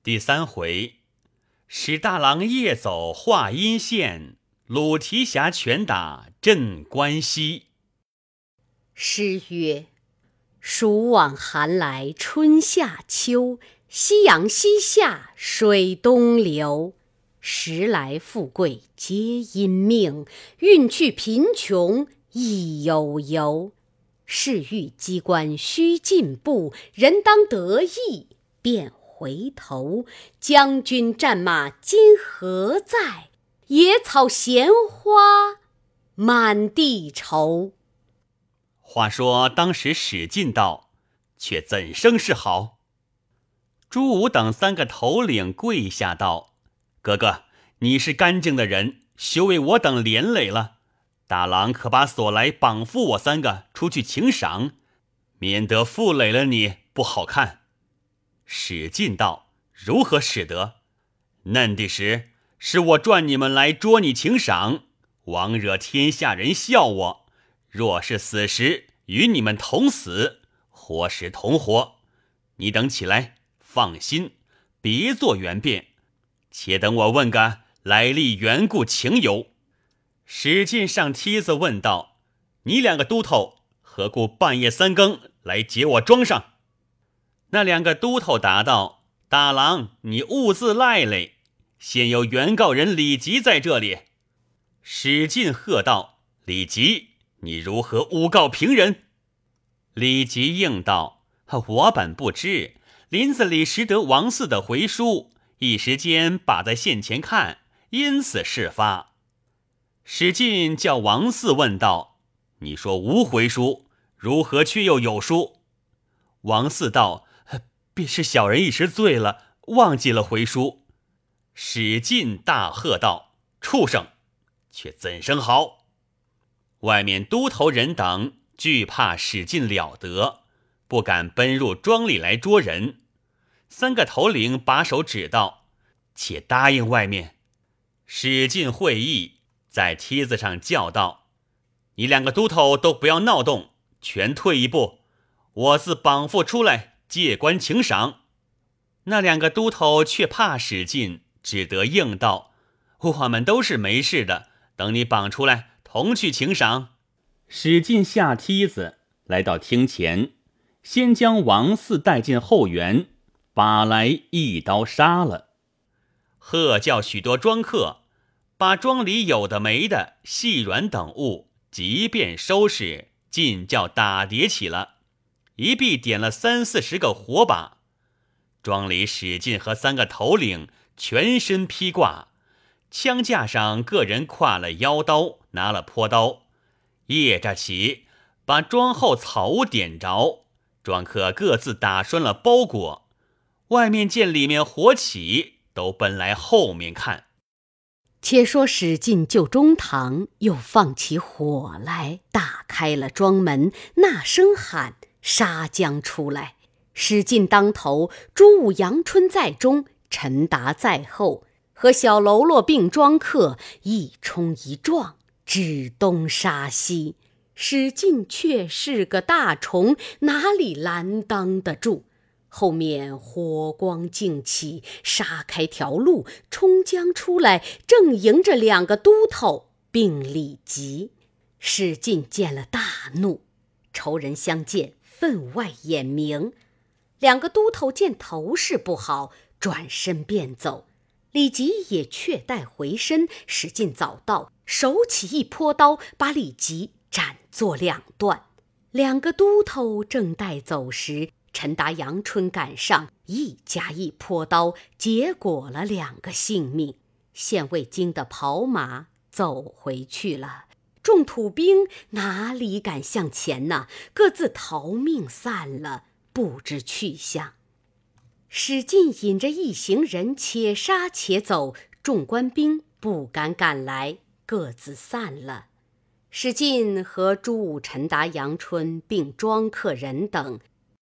第3回，史大郎夜走华阴县，鲁提辖拳打镇关西。 诗曰：暑往寒来春夏秋，夕阳西下水东流。时来富贵皆因命，运去贫穷亦悠悠。事欲机关须进步，人当得意便回头。将军战马今何在？野草闲花满地愁。 话说当时史进道，却怎生是好？朱武等3个头领跪下道：哥哥，你是干净的人，休为我等连累了。大郎可把所来绑缚我3个出去请赏，免得负累了你，不好看。史进道：如何使得？嫩的时是我赚你们来捉你请赏，枉惹天下人笑我；若是死时，与你们同死，活时同活。你等起来，放心，别做圆辩，且等我问个来历缘故情由。史进上梯子问道：你2个都头何故半夜3更来解我庄上？那2个都头答道：大郎，你兀自赖嘞，现有原告人李吉在这里。史进喝道：李吉，你如何诬告平人？李吉应道：我本不知，林子里识得王四的回书，一时间把在县前看，因此事发。史进叫王四问道：你说无回书，如何却又有书？王四道：便是小人一时醉了，忘记了回书。史进大喝道：畜生，却怎生好？外面都头人等惧怕史进了得，不敢奔入庄里来捉人。3个头领把手指道：且答应外面。史进会意，在梯子上叫道：你2个都头都不要闹动，全退一步，我自绑缚出来借官请赏。那2个都头却怕史进，只得应道：我们都是没事的，等你绑出来同去请赏。史进下梯子来到厅前，先将王四带进后园，把来一刀杀了，喝叫许多庄客把庄里有的没的细软等物即便收拾，尽叫打叠起了，一臂点了30-40个火把。庄里史进和3个头领全身披挂，枪架上个人挎了腰刀，拿了坡刀，夜着起把庄后草屋点着，庄客各自打栓了包裹，外面见里面火起，都奔来后面看。 且说史进就中堂，又放起火来，打开了庄门，呐声喊，杀将出来。史进当头，朱武、杨春在中，陈达在后，和小喽啰并庄客一冲一撞，指东杀西。史进却是个大虫，哪里拦当得住？后面火光尽起，杀开条路，冲将出来，正迎着2个都头并李吉。史进见了大怒，仇人相见，分外眼明。2个都头见头势不好，转身便走。李吉也却待回身，史进早到，手起一坡刀，把李吉斩作2段。2个都头正待走时，陈达、杨春赶上，一加一坡刀，结果了2个性命。县尉惊得跑马走回去了，众土兵哪里敢向前呢？各自逃命散了，不知去向。史进引着一行人且杀且走，众官兵不敢赶来，各自散了。史进和朱武、陈达、杨春并庄客人等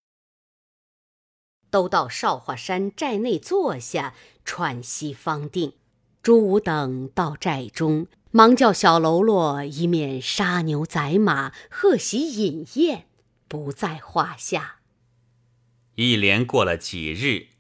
都到少华山寨内坐下，喘息方定。朱武等到寨中，忙叫小喽啰一面杀牛宰马，贺喜饮宴，不在话下。 一连过了几日，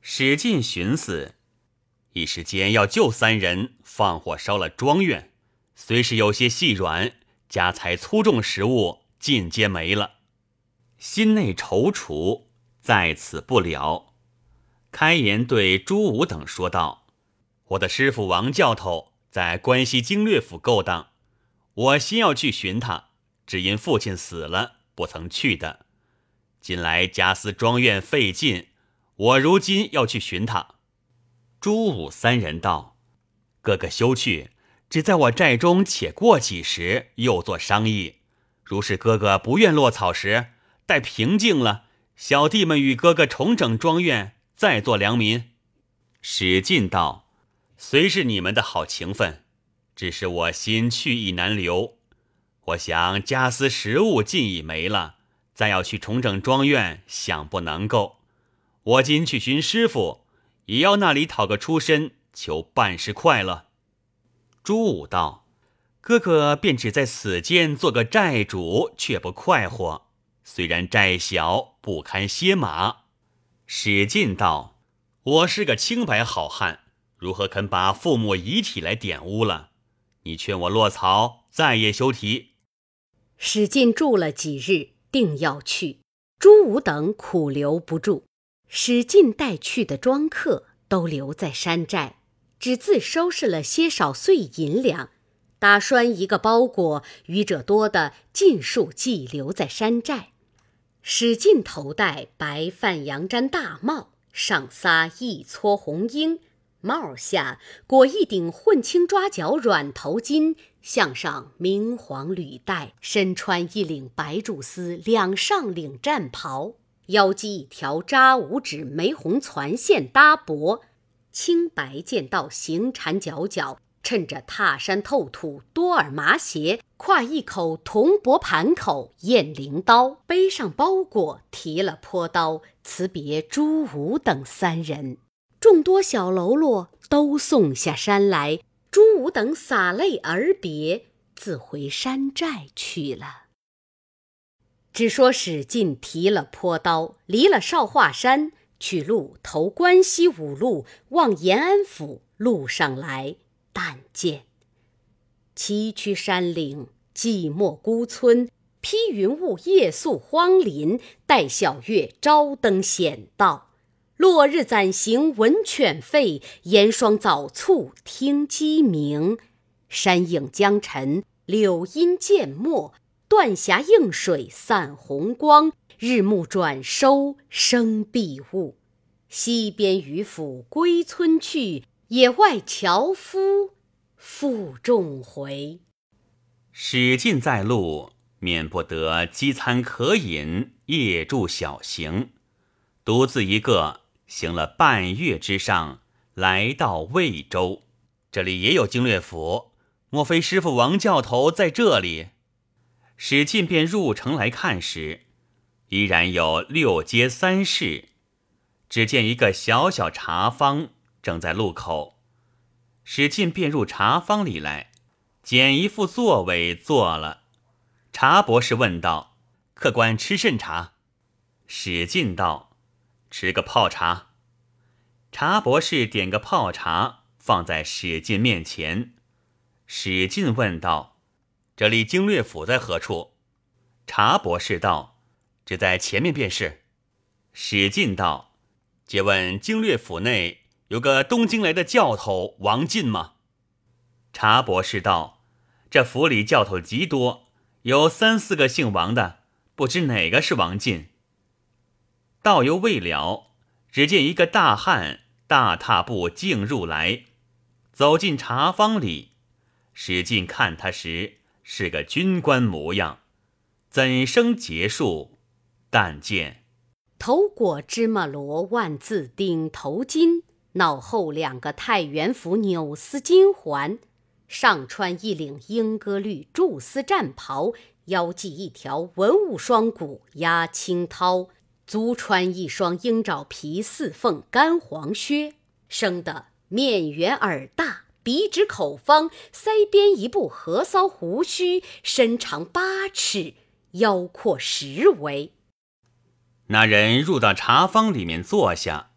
史进寻思，一时间要救3人，放火烧了庄园，虽是有些细软，家财粗重食物尽皆没了，心内踌躇，在此不了。开言对朱武等说道：我的师父王教头在关西经略府勾当，我先要去寻他，只因父亲死了，不曾去的。近来家私庄院费尽，我如今要去寻他。朱武3人道：哥哥休去，只在我寨中且过几时，又作商议。如是哥哥不愿落草时，待平静了，小弟们与哥哥重整庄院，再做良民。史进道：虽是你们的好情分，只是我心去意难留。我想家私食物尽已没了，再要去重整庄院，想不能够。我今去寻师傅，也要那里讨个出身，求办事快乐。朱武道：哥哥便只在此间做个寨主，却不快活。虽然寨小，不堪歇马。史进道：我是个清白好汉，如何肯把父母遗体来玷污了？你劝我落草，再也休提。 史进住了几日，定要去。朱武等苦留不住，史进带去的庄客都留在山寨，只自收拾了些少碎银两，打拴一个包裹，余者多的尽数寄留在山寨。史进头戴白范羊毡大帽，上撒一撮红缨，帽下裹一顶混青抓脚软头巾，项上明黄履带，身穿一领白贮丝2上领战袍，腰系一条扎五指玫红攒线搭脖，青白剑道行缠角角，趁着踏山透土多尔麻鞋，挎一口铜钵盘口雁翎刀，背上包裹，提了坡刀，辞别朱武等3人。众多小喽啰都送下山来，朱武等洒泪而别，自回山寨去了。只说史进提了坡刀，离了少华山，取路投关西5路，往延安府路上来。但见崎岖山岭，寂寞孤村，披云雾，夜宿荒林，待晓月，朝登险道。落日暂行闻犬吠，严霜早促听鸡鸣。山影将沉，柳阴渐没，断崖映水散红光，日暮转收生碧雾。西边渔父归村去，野外樵夫负重回。 史进在路，免不得饥餐渴饮，夜住小行，独自一个行了半月之上，来到魏州。这里也有经略府，莫非师傅王教头在这里？史进便入城来看时，依然有6街3室，只见一个小小茶坊正在路口。史进便入茶坊里来，捡一副座位坐了。茶博士问道：客官吃甚茶？史进道：吃个泡茶。茶博士点个泡茶放在史进面前。史进问道：这里经略府在何处？茶博士道：只在前面便是。史进道：借问经略府内有个东京来的教头王进吗？茶博士道：这府里教头极多，有3、4个姓王的，不知哪个是王进。道犹未了，只见一个大汉大踏步径入来，走进茶坊里。史进看他时，是个军官模样，怎生结束？但见头裹芝麻罗万字顶头巾，脑后2个太原府纽丝金环，上穿一领莺歌绿贮丝战袍，腰系一条文物双股压青绦，足穿一双鹰爪皮4缝干黄靴，生得面圆耳大，鼻直口方，腮边一部和骚胡须，身长8尺，腰阔10围。 那人入到茶坊里面坐下，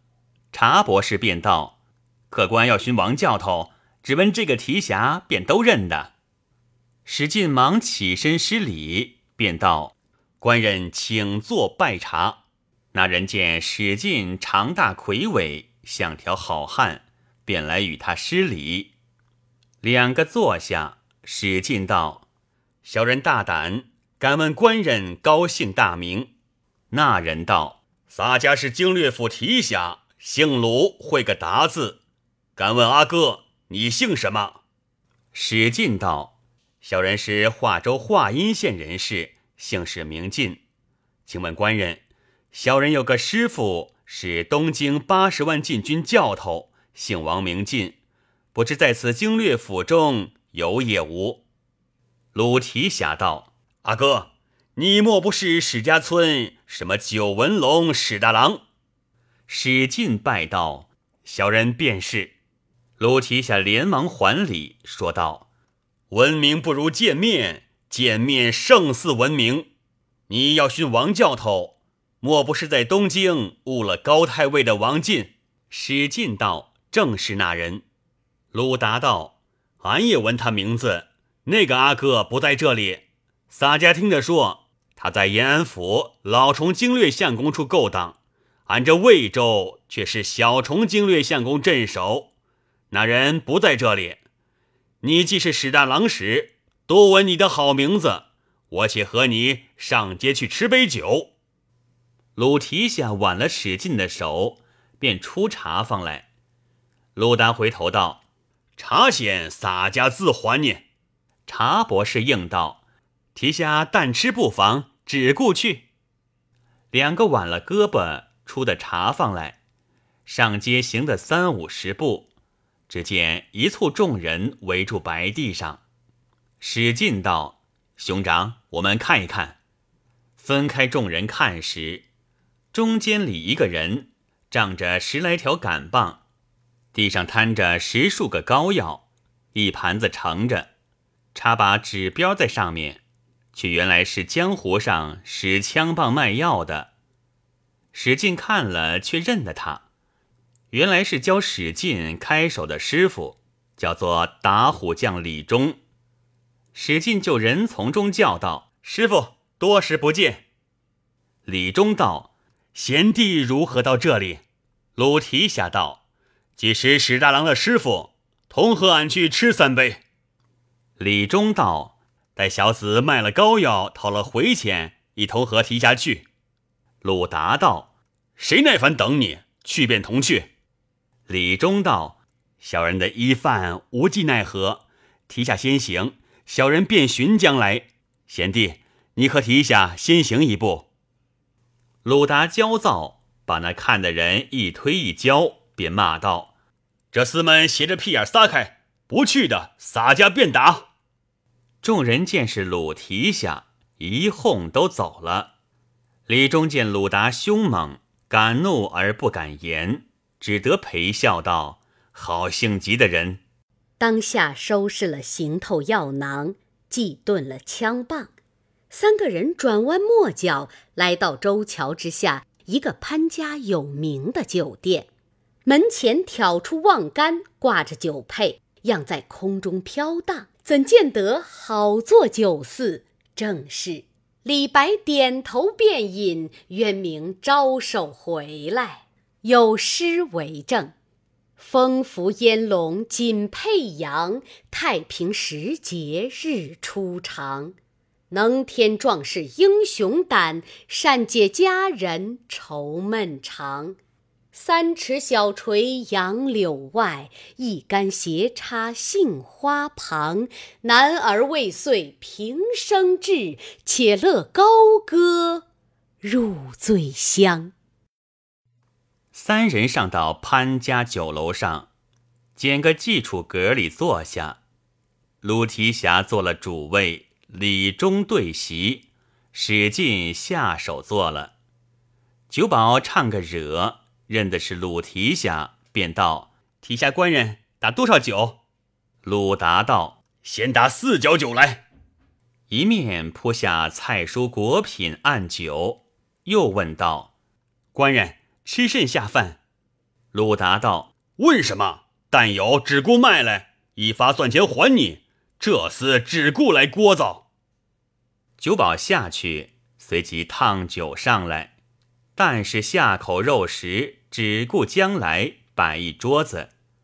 查博士便道：“客官要寻王教头，只问这个提辖，便都认得。”史进忙起身施礼，便道：“官人请坐拜茶。”那人见史进长大魁伟，像条好汉，便来与他施礼。两个坐下，史进道：“小人大胆，敢问官人高姓大名？”那人道：“洒家是经略府提辖，姓鲁，会个达字。敢问阿哥，你姓什么？”史进道：“小人是华州华阴县人士，姓史名进。请问官人，小人有个师傅是东京80万禁军教头，姓王名进，不知在此经略府中有也无？”鲁提辖道：“阿哥，你莫不是史家村什么九纹龙史大郎？”史进拜道：“小人便是。”鲁提辖连忙还礼，说道：“闻名不如见面，见面胜似闻名。你要寻王教头，莫不是在东京误了高太尉的王进？”史进道：“正是那人。”鲁答道：“俺也闻他名字，那个阿哥不在这里。洒家听着说，他在延安府老崇经略相公处勾当，俺这魏州却是小崇经略相公镇守，那人不在这里。你既是史大郎使，多闻你的好名字，我且和你上街去吃杯酒。”鲁提辖挽了史进的手，便出茶坊来。鲁达回头道：“茶钱洒家自还你。”茶博士应道：“提辖但吃不妨，只顾去。”两个挽了胳膊出的茶坊来，上街行得30-50步，只见一簇众人围住白地上。史进道：“兄长，我们看一看。”分开众人看时，中间里一个人仗着10来条杆棒，地上摊着10数个膏药，一盘子盛着，插把指标在上面，却原来是江湖上使枪棒卖药的。史进看了，却认得他，原来是教史进开手的师傅，叫做打虎将李忠。史进就人从中叫道：“师傅，多时不见。”李忠道：“贤弟如何到这里？”鲁提辖道：“既是史大郎的师傅，同和俺去吃3杯。”李忠道：“待小子卖了膏药，讨了回钱，一同和提辖去。”鲁达道：“谁耐烦等你？去便同去。”李忠道：“小人的衣饭无计奈何，提辖先行，小人便寻将来。贤弟，你和提辖先行一步。”鲁达焦躁，把那看的人一推一交，便骂道：“这厮们斜着屁眼撒开，不去的洒家便打。”众人见是鲁提辖，一哄都走了。李忠见鲁达凶猛，敢怒而不敢言，只得陪笑道：“好性急的人。” 当下收拾了行头药囊，既顿了枪棒，3个人转弯抹角，来到周桥之下一个潘家有名的酒店。门前挑出望杆，挂着酒配，样在空中飘荡，怎见得好做酒肆？正是李白点头便饮，渊明招手回来。有诗为证：“风拂烟笼锦佩扬，太平时节日初长。能天壮士英雄胆，善解佳人愁闷长。3尺小垂杨柳外，一竿斜插杏花旁。男儿未遂平生志，且乐高歌入醉乡。” 3人上到潘家酒楼上，拣个记处阁里坐下。鲁提辖做了主位，李忠对席，史进下手做了。酒保唱个惹，认的是鲁提辖，便道：“提辖官人打多少酒？”鲁答道：“先打4角酒来。”一面铺下菜蔬果品按酒，又问道：“官人吃甚下饭？” 鲁达道：问什么？但有只顾卖来，一发算钱还你，这厮只顾来聒噪。酒保下去，随即烫酒上来，但是下口肉食，只顾将来摆一桌子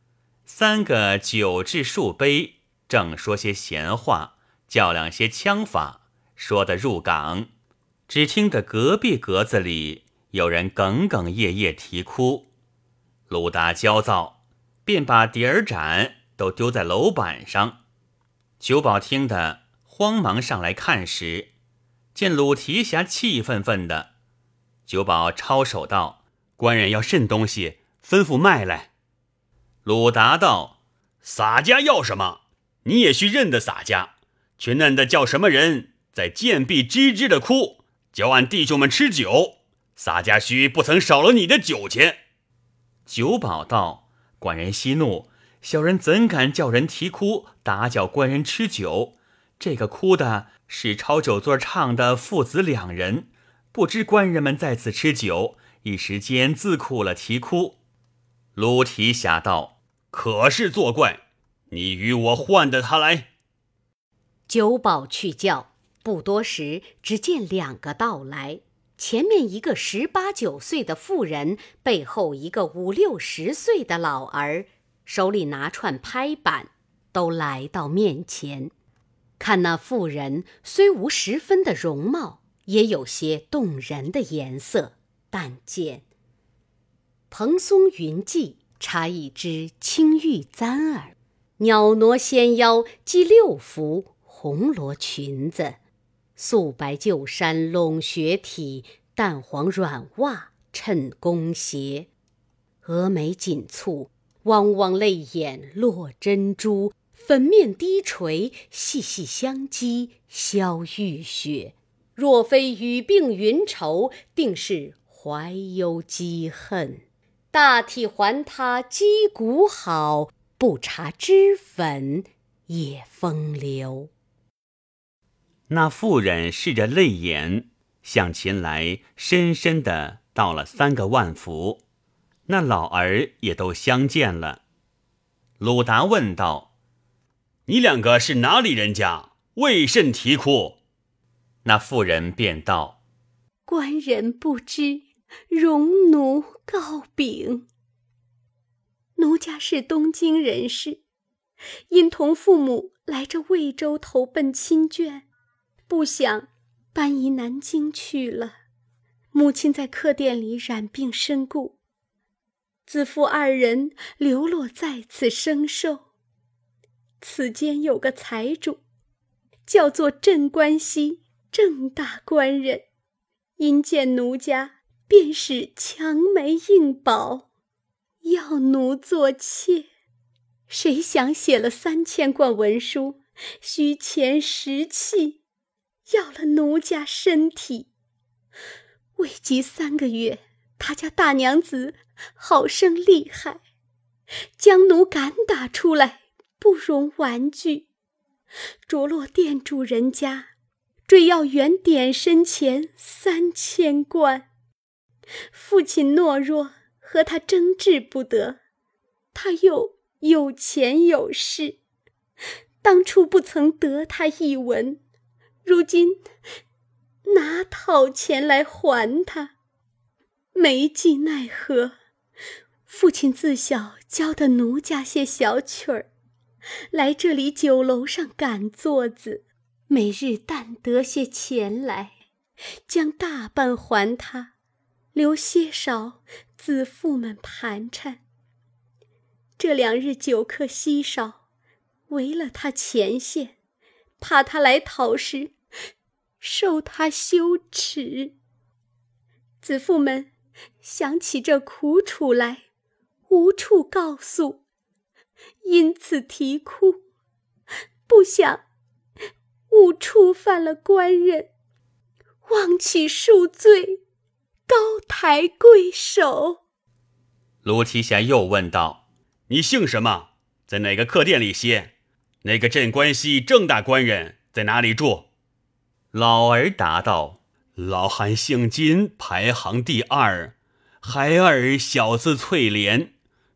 ，3个酒至数杯，正说些闲话，较量些枪法，说得入港。只听得隔壁格子里有人哽哽咽咽啼哭，鲁达焦躁，便把碟儿盏都丢在楼板上。酒保听得慌忙上来看时，见鲁提辖气愤愤的。酒保抄手道：官人要甚东西，吩咐卖来。鲁达道：洒家要什么？你也须认得洒家，却嫩的叫什么人在涧壁吱吱的哭，叫俺弟兄们吃酒，洒家须不曾少了你的酒钱。酒保道：官人息怒，小人怎敢叫人啼哭，打搅官人吃酒？这个哭的是抄酒座唱的父子2人，不知官人们在此吃酒，一时间自苦了啼哭。鲁提辖道：可是作怪，你与我唤得他来。 酒保去叫，不多时，只见2个到来，前面一个18、19岁的妇人，背后一个50、60岁的老儿，手里拿串拍板，都来到面前。看那妇人虽无十分的容貌，也有些动人的颜色，但见蓬松云髻，插一支青玉簪儿，袅娜纤腰系6幅红罗裙子，素白旧衫拢雪体，淡黄软袜衬弓鞋，蛾眉紧蹙，汪汪泪眼落珍珠，粉面低垂，细细香肌消玉雪。若非语病云愁，定是怀忧积恨。大体还他击鼓好，不察脂粉也风流。 那妇人拭着泪眼，向前来，深深地道了3个万福。那老儿也都相见了。鲁达问道：你2个是哪里人家？为甚啼哭？那妇人便道： 官人不知，容奴告禀。奴家是东京人士，因同父母来这魏州投奔亲眷，不想搬移南京去了。母亲在客店里染病身故，子父2人流落在此生受。此间有个财主，叫做镇关西郑大官人，因见奴家，便使强媒硬保，要奴做妾。谁想写了3000贯文书，虚钱实契，要了奴家身体。未及3个月，他家大娘子好生厉害，将奴赶打出来，不容玩具，着落店主人家，追要原点身钱3000贯。父亲懦弱，和他争执不得，他又有钱有势，当初不曾得他一文，如今哪讨钱来还他？没计奈何，父亲自小教的奴家些小曲儿，来这里酒楼上赶座子，每日但得些钱来，将大半还他，留些少子父们盘缠。这2日酒客稀少，围了他前线，怕他来讨时受他羞耻。子父们想起这苦楚来，无处告诉，因此啼哭，不想误触犯了官人，望其恕罪，高抬贵手。 卢提辖又问道：你姓什么？在哪个客店里歇？那个镇关西郑大官人在哪里住？老儿答道：老汉姓金，排行第2，孩儿小字翠莲，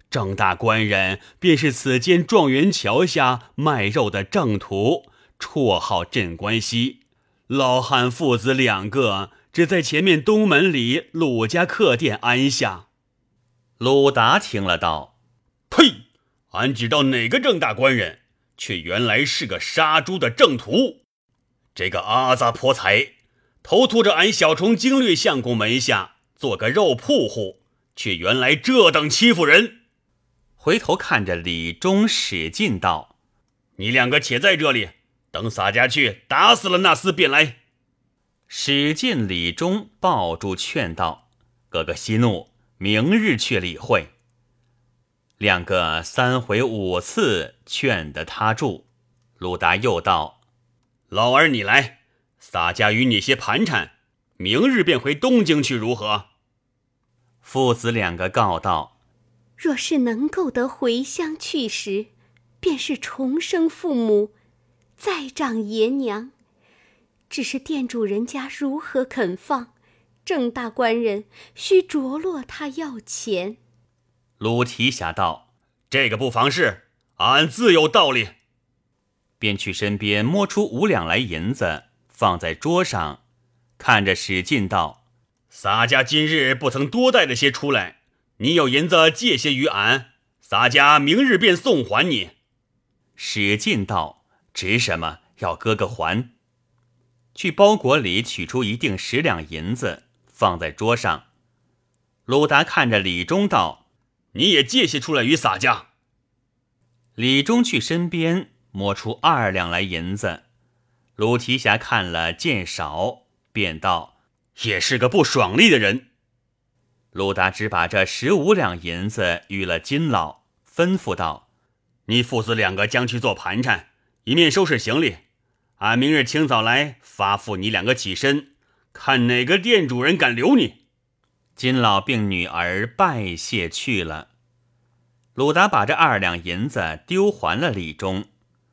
郑大官人便是此间状元桥下卖肉的郑屠，绰号镇关西。老汉父子2个只在前面东门里鲁家客店安下。鲁达听了道：呸！俺知道哪个郑大官人，却原来是个杀猪的郑屠。这个阿杂泼财，投图着俺小虫经略相公门下做个肉铺户，却原来这等欺负人。回头看着李忠、史进道：你2个且在这里，等洒家去打死了那厮便来。史进、李忠抱住劝道：哥哥息怒，明日去理会。2个3回5次劝得他住。鲁达又道：老儿你来，洒家与你些盘缠，明日便回东京去如何？父子2个告道： 若是能够得回乡去时，便是重生父母，再长爷娘。只是店主人家如何肯放？郑大官人须着落他要钱。 鲁提辖道：这个不妨事，俺自有道理。便去身边摸出5两来银子，放在桌上，看着史进道：洒家今日不曾多带了些出来，你有银子借些于俺，洒家明日便送还你。史进道：值什么，要哥哥还。去包裹里取出一锭10两银子，放在桌上。鲁达看着李忠道：你也借些出来与洒家。李忠去身边摸出2两来银子，鲁提辖看了见少，便道：也是个不爽利的人。鲁达只把这15两银子与了金老，吩咐道：你父子2个将去做盘缠，一面收拾行李，俺明日清早来发付你2个起身，看哪个店主人敢留你。金老并女儿拜谢去了。鲁达把这2两银子丢还了李忠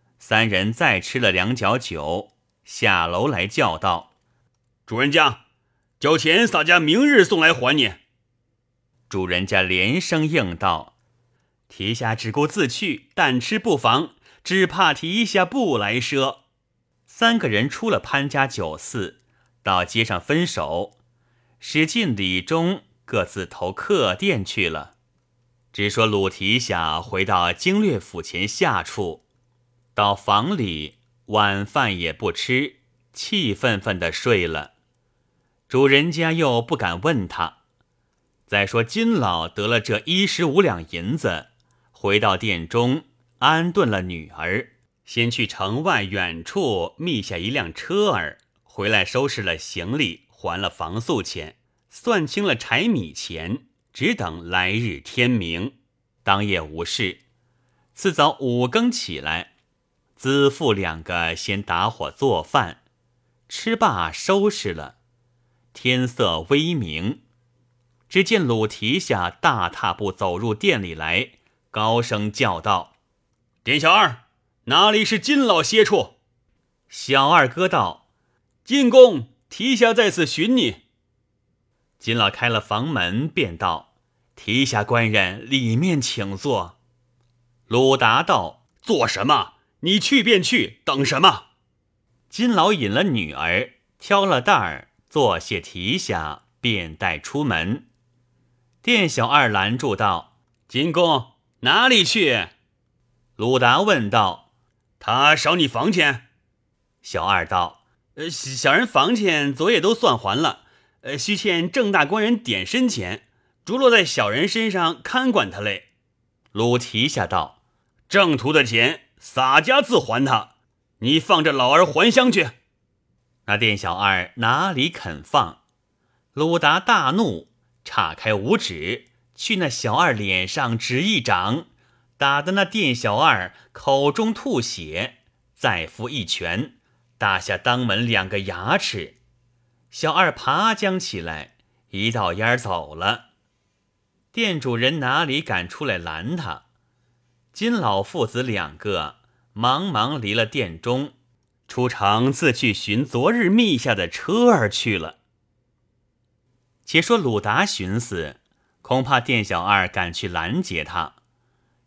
，3人再吃了2角酒，下楼来叫道：主人家，酒钱洒家明日送来还你。主人家连声应道：提辖只顾自去，但吃不妨，只怕提辖不来赊。3个人出了潘家酒肆，到街上分手，史进、李忠各自投客店去了。只说鲁提辖回到经略府前下处，到房里晚饭也不吃，气愤愤地睡了。主人家又不敢问他。再说金老得了这15两银子，回到店中安顿了女儿，先去城外远处觅下一辆车儿，回来收拾了行李，还了房宿钱，算清了柴米钱，只等来日天明。当夜无事，次早5更起来，子父2个先打火做饭，吃罢收拾了。天色微明，只见鲁提辖大踏步走入店里来，高声叫道：店小二，哪里是金老歇处？小二哥道：进宫，提辖在此寻你。金老开了房门，便道：提辖官人，里面请坐。鲁达道：做什么？你去便去，等什么？金老引了女儿，挑了担儿，坐谢提辖，便带出门。店小二拦住道：进宫哪里去？鲁达问道：他少你房钱？小二道：小人房钱昨夜都算还了，须欠郑大官人点身钱，着落在小人身上看管他嘞。鲁提辖道：郑屠的钱洒家自还他，你放着老儿还乡去。那店小二哪里肯放？鲁达大怒，岔开5指，去那小二脸上指一掌，打得那店小二口中吐血，再敷一拳，打下当门2个牙齿。小二爬将起来，一道烟走了。店主人哪里敢出来拦他？金老父子2个忙忙离了店中，出城自去寻昨日觅下的车儿去了。且说鲁达寻思，恐怕店小二敢去拦截他，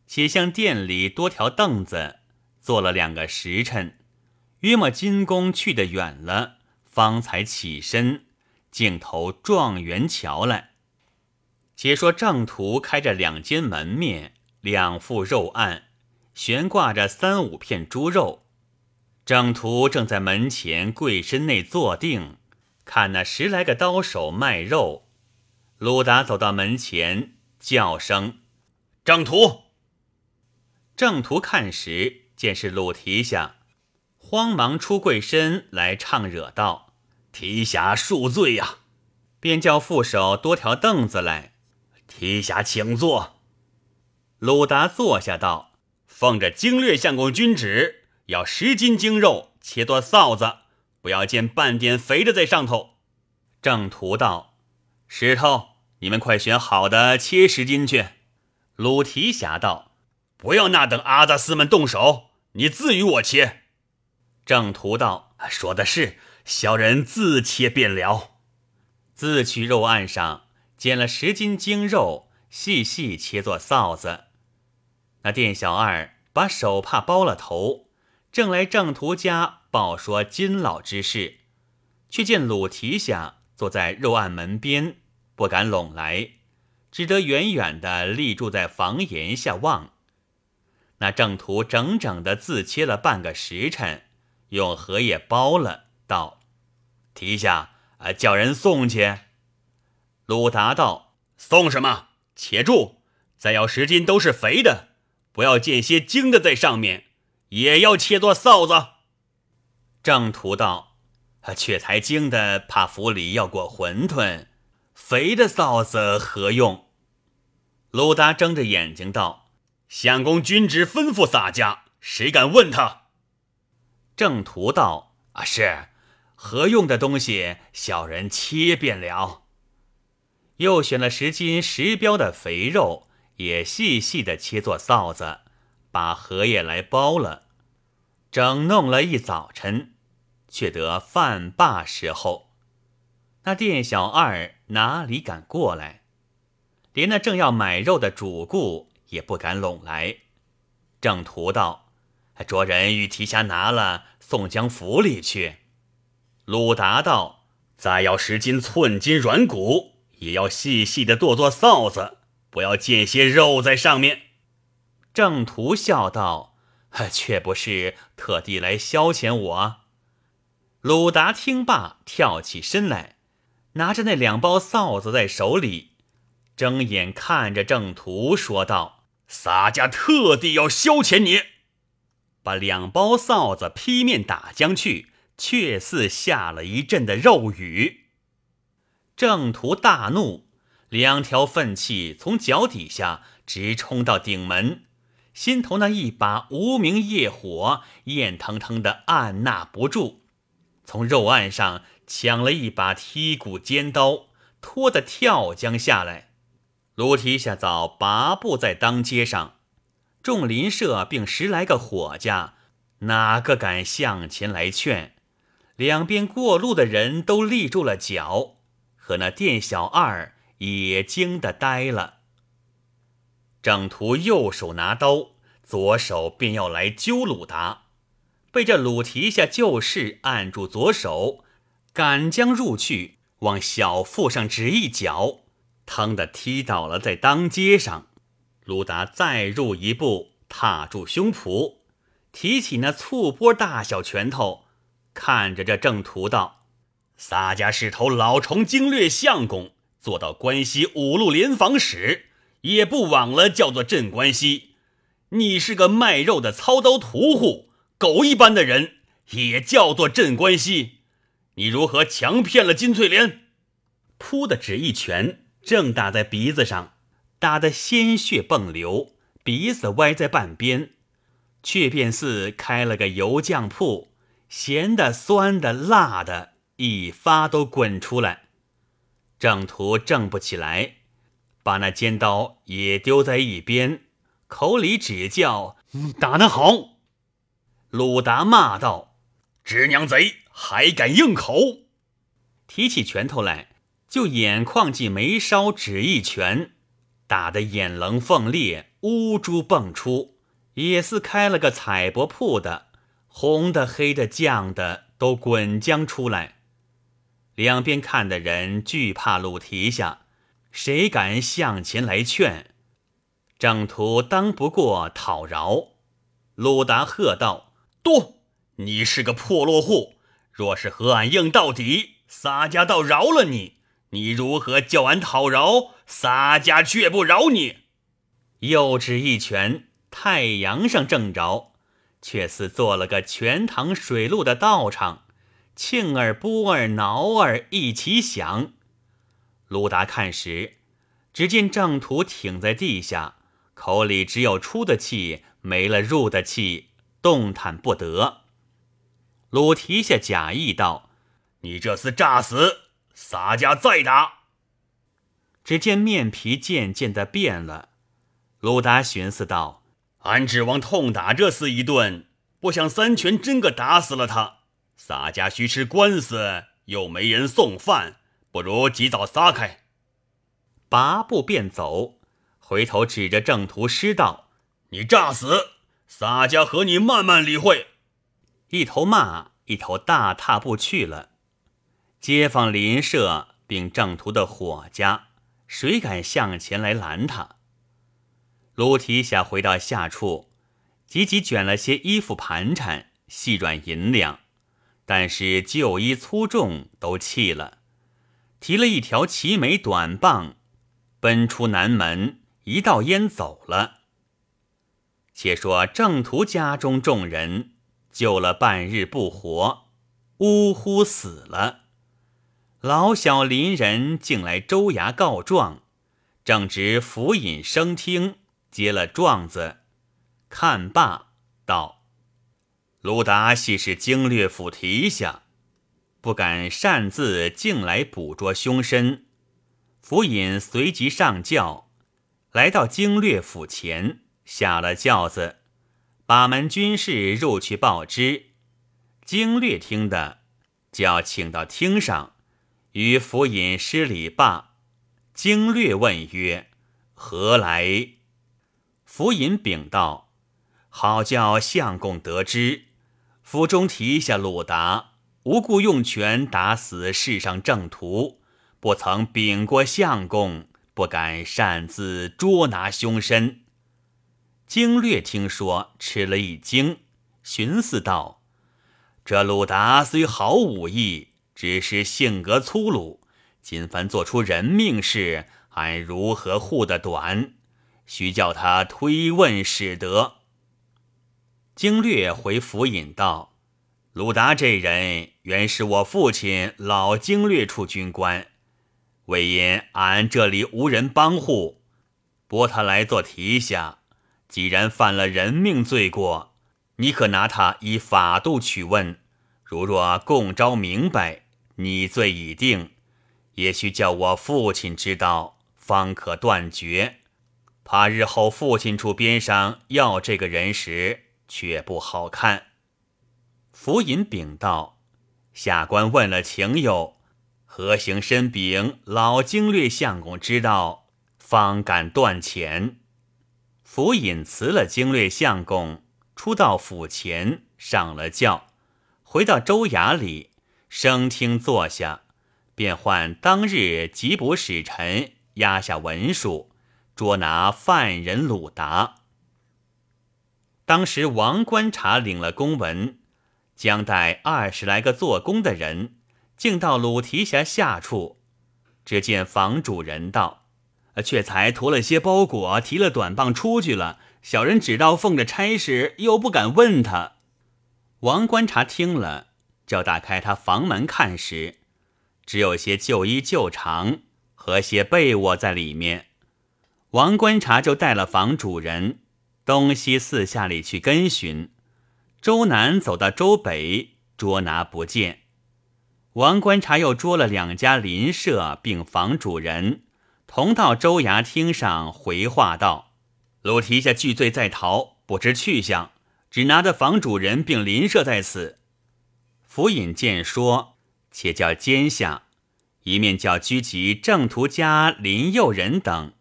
且向店里多条凳子，坐了2个时辰，约莫金公去得远了，方才起身，径投状元桥来。且说正途开着2间门面，2副肉案，悬挂着3、5片猪肉。正途正在门前柜身内坐定，看那10来个刀手卖肉。鲁达走到门前，叫声：“正途！”正途看时，见是鲁提辖，慌忙出柜身来唱惹道：“提辖恕罪呀！”便叫副手多条凳子来，提辖请坐。鲁达坐下道：“奉着经略相公君旨，要10斤精肉，切作臊子，不要见半点肥的在上头。”正途道：“石头，你们快选好的切10斤去。”鲁提辖道：“不要那等阿杂斯们动手，你自与我切。”正途道：“说的是，小人自切便了。”自去肉案上捡了10斤精肉，细细切作臊子。那店小二把手帕包了头，正来正途家报说金老之事，却见鲁提辖坐在肉案门边，不敢拢来，只得远远地立住在房檐下望。那正途整整的自切了半个时辰，用荷叶包了，道：“提辖，叫人送去。”鲁达道：“送什么？且住！再要10斤都是肥的，不要见些精的在上面，也要切作臊子。”正途道：“却才精的怕府里要过馄饨，肥的臊子何用？”鲁达睁着眼睛道：“相公君旨吩咐洒家，谁敢问他？”正途道：“是，何用的东西，小人切便了。”又选了10斤10标的肥肉，也细细的切作臊子，把荷叶来包了，整弄了一早晨，却得饭罢时候。那店小二哪里敢过来，连那正要买肉的主顾也不敢拢来。正途道：“着人与提辖拿了，送将府里去。”鲁达道：“再要10斤寸金软骨，也要细细的剁作臊子，不要见些肉在上面。”正途笑道：“却不是特地来消遣我。”鲁达听罢，跳起身来，拿着那2包臊子在手里，睁眼看着正途，说道：“洒家特地要消遣你。”把2包臊子劈面打将去，却似下了一阵的肉雨。正途大怒，2条愤气从脚底下直冲到顶门，心头那一把无名业火焰腾腾的按捺不住，从肉案上抢了一把剔骨尖刀，拖得跳江下来。鲁提辖早拔步在当街上，众邻舍并10来个伙家，哪个敢向前来劝？两边过路的人都立住了脚，可那店小二也惊得呆了。正途右手拿刀，左手便要来揪鲁达，被这鲁提辖旧事按住左手，赶将入去，往小腹上指一脚，腾地踢倒了在当街上。鲁达再入一步，踏住胸脯，提起那醋钵大小拳头，看着这正途道：“洒家是头老虫经略相公，做到关西5路联防使，也不枉了叫做镇关西。你是个卖肉的操刀屠户，狗一般的人，也叫做镇关西。你如何强骗了金翠莲？”噗的指一拳，正打在鼻子上，打得鲜血迸流，鼻子歪在半边，却便似开了个油酱铺，咸的、酸的、辣的，一发都滚出来。正途正不起来，把那尖刀也丢在一边，口里只叫：“打得好！”鲁达骂道：“直娘贼，还敢硬口！”提起拳头来，就眼眶进眉梢指一拳， 打得眼棱凤裂，乌珠蹦出，也似开了个彩帛铺的，红的黑的绛的都滚将出来。两边看的人惧怕鲁提辖，谁敢向前来劝？郑屠当不过讨饶。鲁达喝道：多！你是个破落户，若是和俺硬到底，洒家倒饶了你，你如何叫俺讨饶？洒家绝不饶你！又指一拳，太阳上正着，却似做了个全塘水陆的道场，庆儿波儿挠儿一起响。鲁达看时，只见郑屠挺在地下，口里只有出的气，没了入的气，动弹不得。鲁提辖假意道：你这厮诈死，洒家再打。只见面皮渐渐的变了。鲁达寻思道：俺指望痛打这厮一顿，不想三拳真个打死了他。洒家须吃官司，又没人送饭，不如及早撒开。拔步便走，回头指着郑屠师道：你诈死，洒家和你慢慢理会。一头骂，一头大踏步去了。街坊邻舍并郑屠的伙家，谁敢向前来拦他？鲁提辖回到下处，急急卷了些衣服盘缠，细软银两，但是旧衣粗重都弃了，提了一条齐眉短棒，奔出南门，一道烟走了。且说郑屠家中众人救了半日不活，呜呼死了。老小邻人竟来州衙告状，正值府尹升听，接了状子，看罢道：鲁达系是经略府提辖，不敢擅自径来捕捉凶身。府尹随即上轿，来到经略府前，下了轿子，把门军士入去报知。经略听的，叫请到厅上，与府尹施礼罢。经略问曰：何来？府尹禀道：好叫相公得知，府中提下鲁达无故用拳打死世上郑屠，不曾禀过相公，不敢擅自捉拿凶身。经略听说，吃了一惊，寻思道：这鲁达虽好武艺，只是性格粗鲁，今番做出人命事，俺如何护得短？须叫他推问使得。经略回府尹道：鲁达这人原是我父亲老经略处军官，为因俺这里无人帮护，拨他来做提辖。既然犯了人命罪过，你可拿他依法度取问，如若供招明白，你罪已定，也须叫我父亲知道，方可断绝。怕日后父亲处边上要这个人时，却不好看。府尹禀道：下官问了情由，何行申禀老经略相公知道，方敢断遣。府尹辞了经略相公，出到府前，上了轿，回到州衙里，升厅坐下，便唤当日缉捕使臣押下文书，捉拿犯人鲁达。当时王观察领了公文，将带20来个做工的人，竟到鲁提辖下处。只见房主人道：却才驮了些包裹，提了短棒出去了，小人只道奉着差事，又不敢问他。王观察听了，就打开他房门看时，只有些旧衣旧裳和些被窝在里面。王观察就带了房主人东西四下里去跟寻，周南走到周北，捉拿不见。王观察又捉了2家邻舍并房主人，同到州衙厅上回话道：鲁提辖惧罪在逃，不知去向，只拿得房主人并邻舍在此。府尹见说，且叫监下，一面叫拘集郑屠家林佑人等，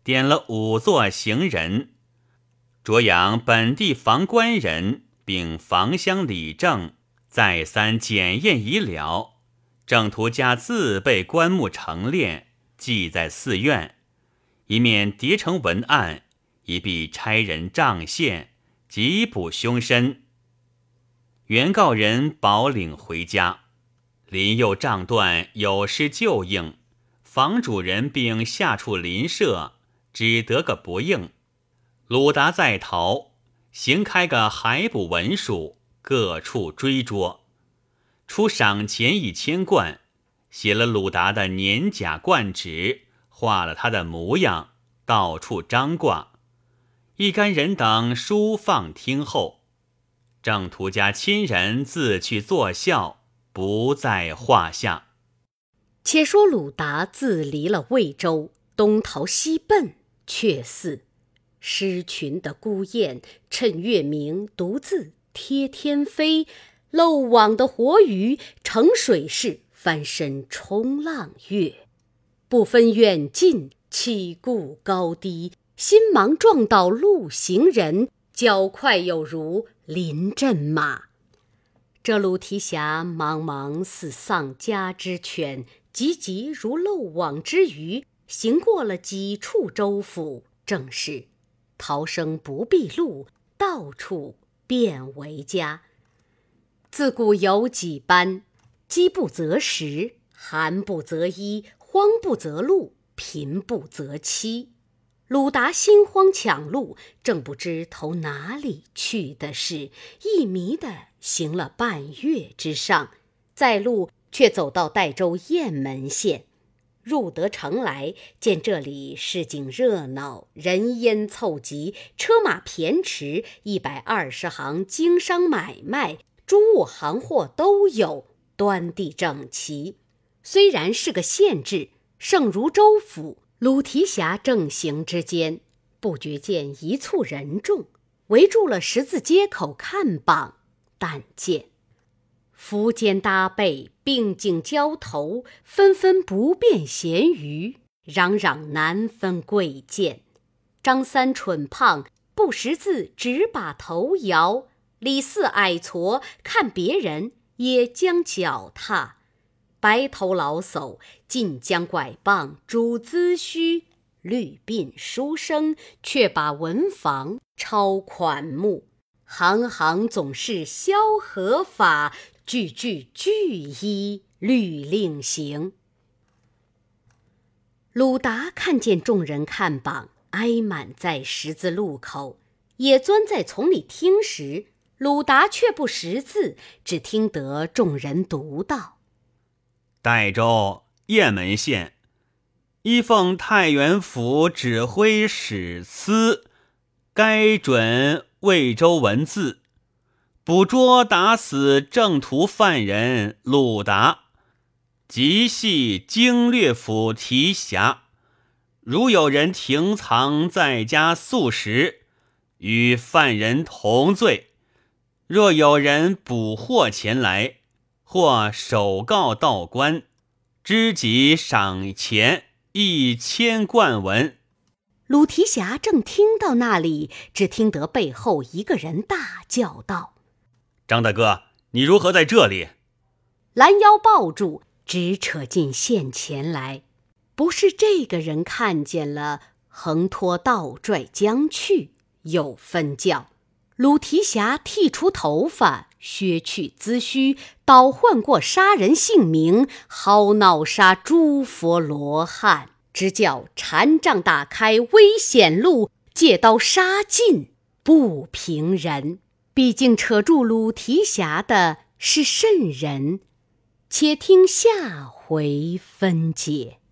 点了5座行人，着养本地房官人并房乡理政，再三检验已了，正途家自备棺木成殓，祭在寺院，一面叠成文案，一必差人杖线，缉捕凶身。原告人保领回家，林佑杖断，有失救应，房主人并下处邻舍只得个不应。鲁达在逃，行开个海捕文书，各处追捉，出赏钱1000贯，写了鲁达的年甲冠纸，画了他的模样，到处张挂。一干人等书放听后，郑屠家亲人自去作孝，不在话下。 且说鲁达自离了魏州，东逃西奔，却似失群的孤雁，趁月明独自贴天飞；漏网的活鱼，乘水势翻身冲浪跃。不分远近，岂顾高低，心忙撞到路行人，脚快有如临阵马。这鲁提辖茫茫似丧家之犬，急急如漏网之鱼，行过了几处州府，正是逃生不避路，到处变为家。自古有几般，饥不择食，寒不择衣，荒不择路，贫不择妻。鲁达心慌抢路，正不知投哪里去的是，一迷的行了半月之上，在路却走到代州雁门县。入得城来，见这里市井热闹，人烟凑集，车马骈驰，120行经商买卖，诸物行货都有，端地整齐。虽然是个县治，胜如州府。鲁提辖正行之间，不觉见一簇人众围住了十字街口看榜，但见扶肩搭背，并颈交头，纷纷不辨咸鱼，嚷嚷难分贵贱。张三蠢胖不识字，只把头摇；李四矮矬看别人也将脚踏。白头老叟尽将拐棒拄髭须，绿鬓书生却把文房抄款目。行行总是萧何法，句句俱依律令行。鲁达看见众人看榜，挨满在十字路口，也钻在丛里听时，鲁达却不识字，只听得众人读道： 代州雁门县，依奉太原府指挥使司，该准魏州文字，捕捉打死正途犯人鲁达，即系经略府提辖。如有人停藏在家宿食，与犯人同罪。若有人捕获前来，或首告道官，知己赏钱1000贯文。 鲁提辖正听到那里，只听得背后一个人大叫道： 张大哥，你如何在这里？ 拦腰抱住，直扯进县前来。不是这个人看见了，横拖倒拽将去，有分教。鲁提辖剃除头发，削去髭须，倒换过杀人姓名，嚎闹杀诸佛罗汉，直叫禅杖打开危险路，借刀杀尽不平人。毕竟扯住鲁提辖的是甚人？且听下回分解。